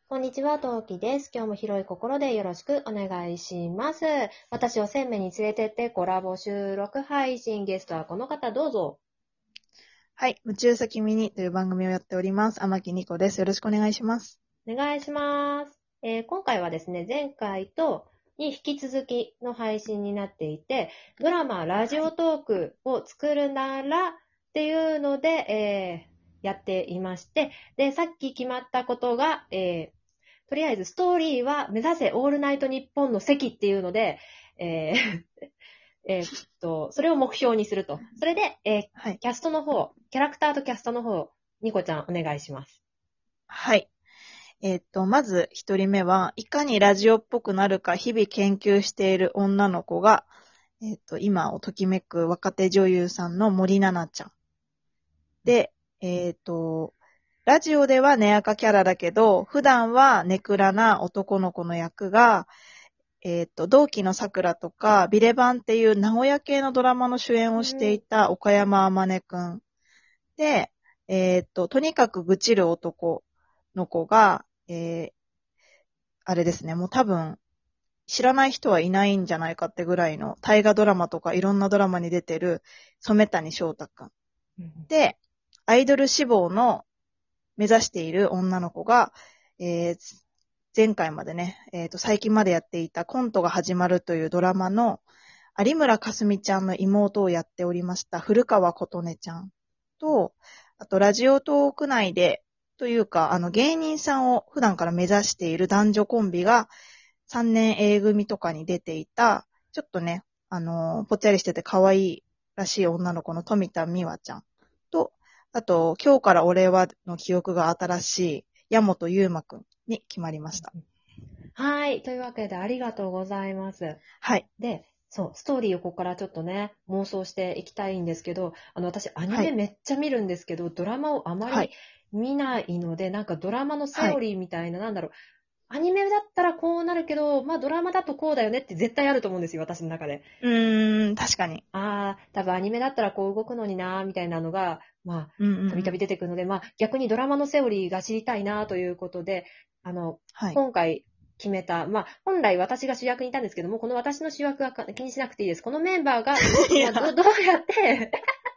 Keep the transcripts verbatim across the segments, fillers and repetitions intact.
こんにちは、トウキです。今日も広い心でよろしくお願いします。私を鮮明に連れてってコラボ収録配信、ゲストはこの方どうぞ。 はい。宇宙先ミニという番組をやっております。天木ニコです。よろしくお願いします。 お願いします。えー今回はですね、前回とに引き続きの配信になっていて、ドラマラジオトークを作るならっていうので、えーやっていまして、で、さっき決まったことが、えーとりあえずストーリーは目指せオールナイトニッポンの席っていうので、えーえーっと、それを目標にすると。それで、えーはい。 キャストの方、キャラクターとキャストの方、ニコちゃんお願いします。 はい。えーっと、まず一人目は、いかにラジオっぽくなるか日々研究している女の子が、えーっと、今をときめく若手女優さんの森七菜ちゃん。で、えーっと、ラジオではネアカキャラだけど、普段はネクラな男の子の役が、えーっと、同期の桜とか、ビレバンっていう名古屋系のドラマの主演をしていた岡山天音くん。で、えーっと、とにかく愚痴る男の子が、えー、あれですね、もう多分、知らない人はいないんじゃないかってぐらいの、大河ドラマとかいろんなドラマに出てる、染谷翔太くん。で、アイドル志望の目指している女の子が、えー、前回までね、えーっと、最近までやっていたコントが始まるというドラマの、有村架純ちゃんの妹をやっておりました古川琴音ちゃんと、あとラジオトーク内で、というか、あの芸人さんを普段から目指している男女コンビがさんねん A 組とかに出ていた、ちょっとね、あの、ぽっちゃりしてて可愛いらしい女の子の富田美和ちゃんと、あと、今日から俺はの記憶が新しい山本優馬くんに決まりました。 はい。というわけでありがとうございます。 はい。 で、そう、ストーリーをここからちょっとね、妄想していきたいんですけど、あの、私アニはい。 メめっちゃ見るんですけど、ドラマをあまりはい。 見ないので、なんかドラマのセはい。 オリーみたいな、なんだろう、アニメだったらこうなるけど、まあドラマだとこうだよねって絶対あると思うんですよ、私の中で。 うーん、確かに。 ああ、多分アニメだったらこう動くのになーみたいなのが、まあ、 うんうんたびたびうん。 出てくるので、まあ逆にドラマのセオリーが知りたいなということで、あの、 はい。 今回決めた、まあ本来私が主役にいたんですけども、この私の主役は気にしなくていいです。このメンバーが、 いや、 まあど、どうやって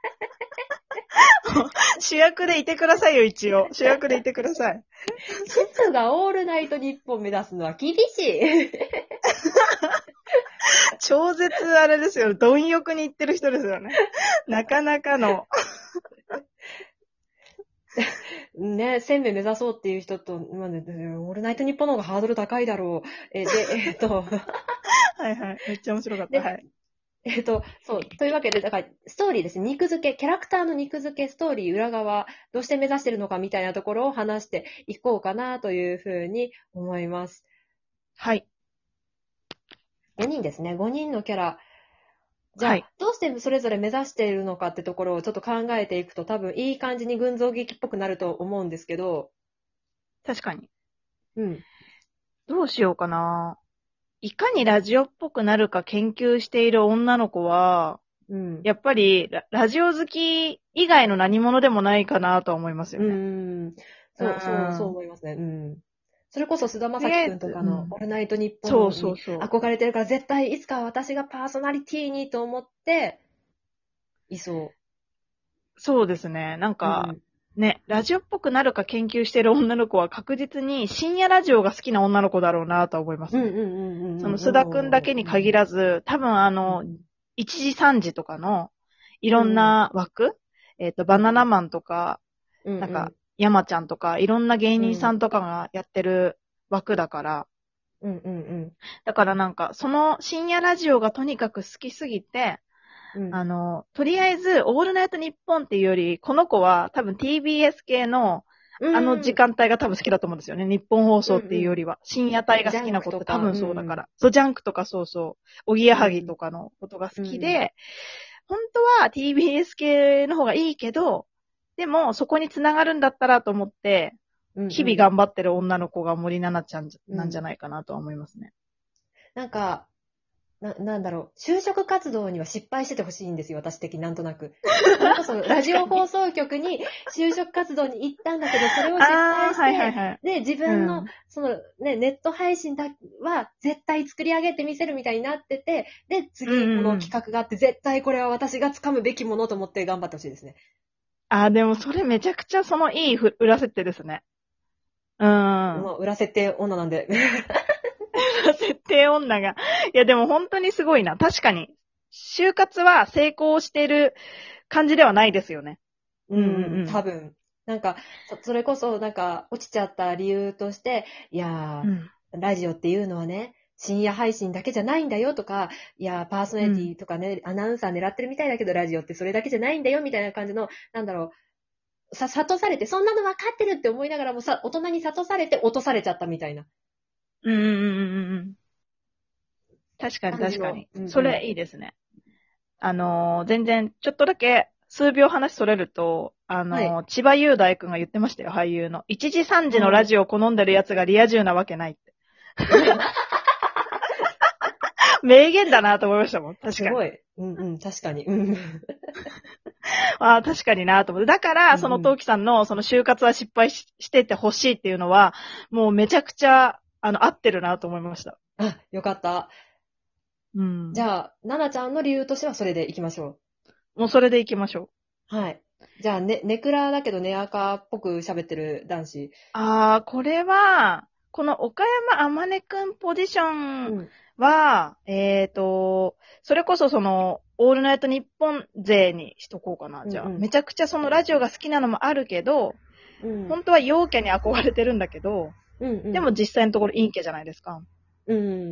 主役でいてくださいよ、一応。主役でいてください。 シスがオールナイトニッポン目指すのは厳しい。 超絶あれですよ。貪欲に言ってる人ですよね。なかなかの。 ね、せんべい目指そうっていう人と、まあね、オールナイトニッポンの方がハードル高いだろう。え、で、えっと、 はいはい。めっちゃ面白かった。はで、 い。 えっと、そう、というわけで、だから、ストーリーですね。肉付け、キャラクターの肉付け、ストーリー、裏側、どうして目指してるのかみたいなところを話していこうかなというふうに思います。 はい。 ごにんですね。ごにんのキャラ。じゃはい。 あ、どうしてそれぞれ目指しているのかってところをちょっと考えていくと、多分いい感じに群像劇っぽくなると思うんですけど、 確かに。 うん。 どうしようかな。いかにラジオっぽくなるか研究している女の子は、 うん。 やっぱりラ、ラジオ好き以外の何者でもないかなとは思いますようね。 ん。 うそう、そう、そうん。 思いますね。うん。それこそ菅田と将暉くんとりあえず、 かの、 うん。 オールナイトニッポそうンにそうそう。 憧れてるから、絶対いつか私がパーソナリティにと思っていそそうですね。なんう。うか、 ん。 ね、ラジオっぽくなるか研究してる女の子は確実に深夜ラジオが好きな女の子だろうなとは思いますね。 うんうんうんうんうん。 その須田くんだけに限らず、多分あの、 うんいちじさんじとかのいろんうんな枠、えっと、バナナマンとか、 うんなんか、山ちゃんとか、いろんな芸人さんとかがやってる枠だから、 うんうんうんだからなんか、その深夜ラジオがとにかく好きすぎて、 うんあの、とりあえず、オールナイトニッポンっていうより、この子は多分 ティービーエス 系の、あの時うん間帯が多分好きだと思うんですよね。日本放送っていうようんりは。深夜帯がジャ好きな子っンクとか、 て多分うんそうだから。そう、ジャンクとかそうそう。おぎやはぎうんとかのことが好うんきで、本当は ティービーエス 系の方がいいけど、でもそこに繋がるんだったらと思って、 うん日々頑張ってる女の子が森七菜ちゃんなんじゃうん。 ないかなとは思いますね。 なんか、 な、なんだろう、就職活動には失敗しててほしいんですよ、私的になんとなく。それこそ、ラジオ放送局に就職活動に行ったんだけど、それを失敗して、 はいはいはい、 で、自分の、 うん、 そのね、ネット配信だは絶対作り上げてみせるみたいになってて、で、次、この企画があって、絶対これは私が掴むべきものと思って頑張ってほしいですね。 あ、でもそれめちゃくちゃそのいい裏設定ですね。うん。 まあ、裏設定女なんで。 設定女が。いやでも本当にすごいな。確かに。就活は成功してる感じではないですよね。 うん、うん、多分。なんか、それこそ、なんか、落ちちゃった理由として、いやー、うん、ラジオっていうのはね、深夜配信だけじゃないんだよとか、いやー、パーソナリティとかね、うん、アナウンサー狙ってるみたいだけど、ラジオってそれだけじゃないんだよみたいな感じの、なんだろう、さ、悟されて、そんなの分かってるって思いながらもさ、大人に悟されて落とされちゃったみたいな。 うんうんうんうんうん。確かに確かに。うんうん、それいいですね。あのー、全然、ちょっとだけ、数秒話それると、あのーはい、千葉雄大くんが言ってましたよ、俳優の。いちじさんじのラジオを好んでる奴がリア充なわけないって。名言だなと思いましたもん、確かに。すごい。うんうん、確かに。 ああ、確かになと思って。だから、そのトウキさんの、その就活は失敗 し, しててほしいっていうのは、もうめちゃくちゃ、あの、合ってるなと思いました。 あ、よかった。うん。じゃあ、ななちゃんの理由としてはそれでいきましょう。もうそれでいきましょう。はい。じゃあ、ね、ネクラだけどネアカっぽく喋ってる男子。 ああ、これは、この岡山あまねくんポジションは、うん、えっ、ー、と、それこそその、オールナイトニッポン勢にしとこうかな、じゃあ、うんうん。めちゃくちゃそのラジオが好きなのもあるけど、うん、本当は陽キャに憧れてるんだけど、うんうん、でも実際のところ陰キャじゃないですか。うん。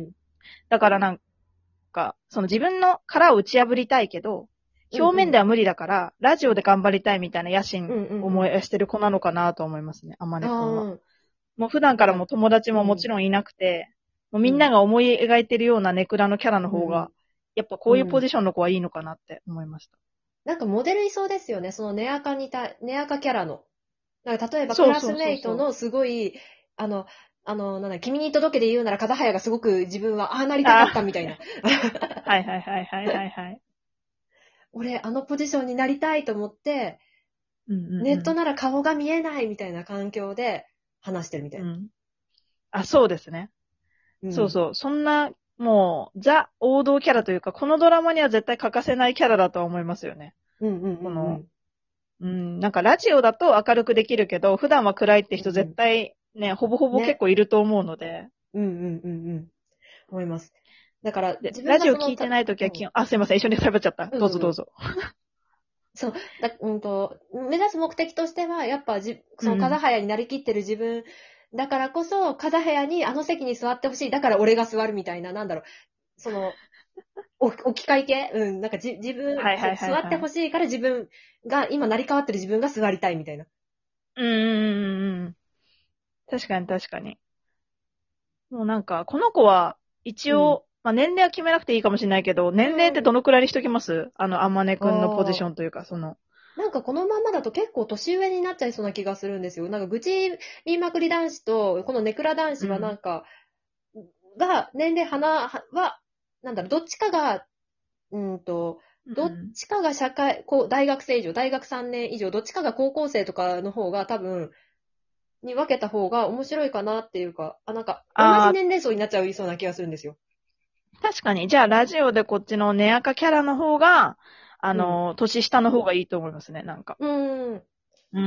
だからなんか、その自分の殻を打ち破りたいけど、表面では無理だから、うんうん、ラジオで頑張りたいみたいな野心を燃やしてる子なのかなと思いますね、あまねくんは。もう普段からも友達ももちろんいなくて、もうみんなが思い描いてるようなネクラのキャラの方が、やっぱこういうポジションの子はいいのかなって思いました。 なんかモデルいそうですよね、そのネアカにた、ネアカキャラの。なんか例えばクラスメイトのすごい、あの、あの、なんだ、君に届けで言うなら、風早がすごく自分は、ああなりたかったみたいな。 はいはいはいはいはいはい。 俺、あのポジションになりたいと思って、うんうんうん、ネットなら顔が見えないみたいな環境で話してるみたいな。うん、 あ、そうですね、うん。そうそう。そんな、もう、ザ王道キャラというか、このドラマには絶対欠かせないキャラだと思いますよね。うんうんうん、うん。この、うん、なんかラジオだと明るくできるけど、普段は暗いって人絶対ね、うん、ほぼほぼ結構いると思うので。ね、 うんうんうんうん。思います。だから、 自分ラジオ聞いてないときは、うん、あ、すいません、一緒に喋っちゃった。どうぞどうぞ。 そう、だ、うんと、目指す目的としては、やっぱじ、その風早になりきってる自分、だからこそ、風早にあの席に座ってほしい。だから俺が座るみたいな、なんだろう。その、置き換え系うん、なんかじ自分、はいはいはいはい、座ってほしいから自分が、今成り変わってる自分が座りたいみたいな。 うんうんうんうん。確かに確かに。もうなんか、この子は、一応、うん、まあ年齢は決めなくていいかもしれないけど、年齢ってどのくらいにしときます、うん、あの、あまねくんのポジションというか、その。 なんかこのままだと結構年上になっちゃいそうな気がするんですよ。なんか愚痴言いまくり男子と、このネクラ男子はなんか、うん、が、年齢花は、なんだろう、どっちかが、うんと、どっちかが社会、こう、大学生以上、大学さんねん以上、どっちかが高校生とかの方が多分、に分けた方が面白いかなっていうか、あ、なんか、同じ年齢層になっちゃいそうな気がするんですよ。 確かに。じゃあ、ラジオでこっちのネアカキャラの方が、あの、うん、年下の方がいいと思いますね、なんか。うん。うん。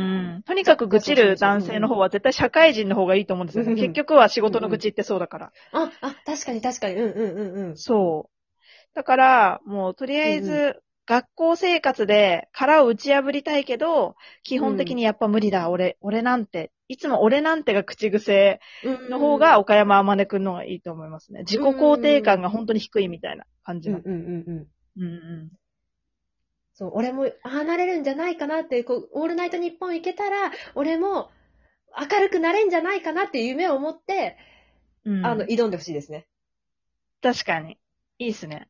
とにかく愚痴る男性の方は絶対社会人の方がいいと思うんですよね。うん、結局は仕事の愚痴ってそうだから。 うんうん、あ、あ、確かに確かに。うんうんうんうん。 そう。だから、もう、とりあえず、うんうん、学校生活で殻を打ち破りたいけど、基本的にやっぱ無理だ、うん、俺、俺なんて。いつも俺なんてが口癖の方が岡山天音くんの方がいいと思いますね。自己肯定感が本当に低いみたいな感じの。うんうんうんうん。うんうん。 そう、俺もああなれるんじゃないかなって、こう、オールナイトニッポン行けたら、俺も明るくなれんじゃないかなっていう夢を持って、うん、あの、挑んでほしいですね。 確かに。いいっすね。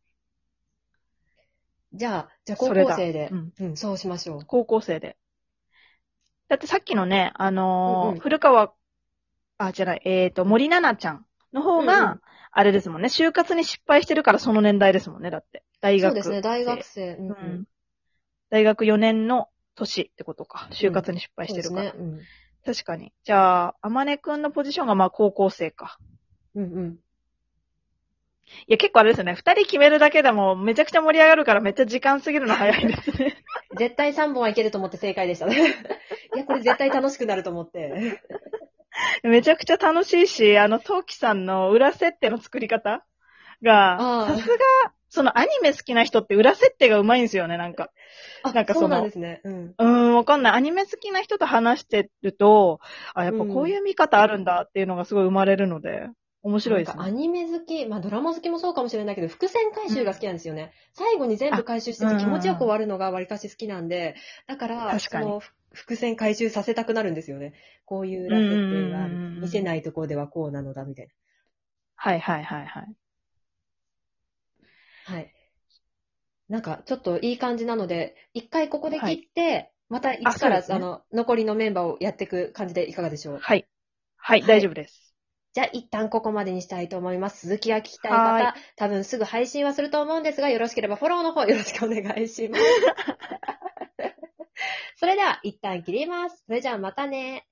じゃあ、じゃあ高校生で。うん、うん、そうしましょう。 高校生で。だってさっきのね、あのーうんうん、古川、あ、じゃない、えっ、ー、と、森七菜ちゃんの方が、うんうん、 あれですもんね。就活に失敗してるからその年代ですもんね。だって。大学生。 そうですね、大学生。うん、ううんん。大学よねんの年ってことか。就活に失敗してるから。 そうですね。 確かに。じゃあ、あまねくんのポジションがまあ高校生か。 うん。うんうん。 いや、結構あれですよね。二人決めるだけでもめちゃくちゃ盛り上がるからめっちゃ時間過ぎるの早いですね。 絶対さんぼんはいけると思って正解でしたね。いや、これ絶対楽しくなると思って。 めちゃくちゃ楽しいし、あの、トウキさんの裏設定の作り方が、 ああさすが、そのアニメ好きな人って裏設定がうまいんですよね、なんか。 あ、 なんかそのそうなんですね。うん。 うーん、わかんない。アニメ好きな人と話してると、あ、やっぱこういう見方あるんだっていうのがすごい生まれるので、面白いですね。 なんかアニメ好き、まあドラマ好きもそうかもしれないけど、伏線回収が好きなんですよね。最後に全部回収してて気持ちよく終わるのがわりかし好きなんで、だから、 確かに。 その伏線回収させたくなるんですよね。こういう裏設定が見せないところではこうなのだ、みたいな。 はいはいはいはい。 はい。なんかちょっといい感じなので、一回ここで切って、またあ、 一から、 そうですね。 あの、残りのメンバーをやっていく感じでいかがでしょう。 はい。はい、 はい。 大丈夫です。 じゃあ一旦ここまでにしたいと思います。続きが聞きたいはーい。 方、多分すぐ配信はすると思うんですが、よろしければフォローの方よろしくお願いします。それでは一旦切ります。それじゃあまたね。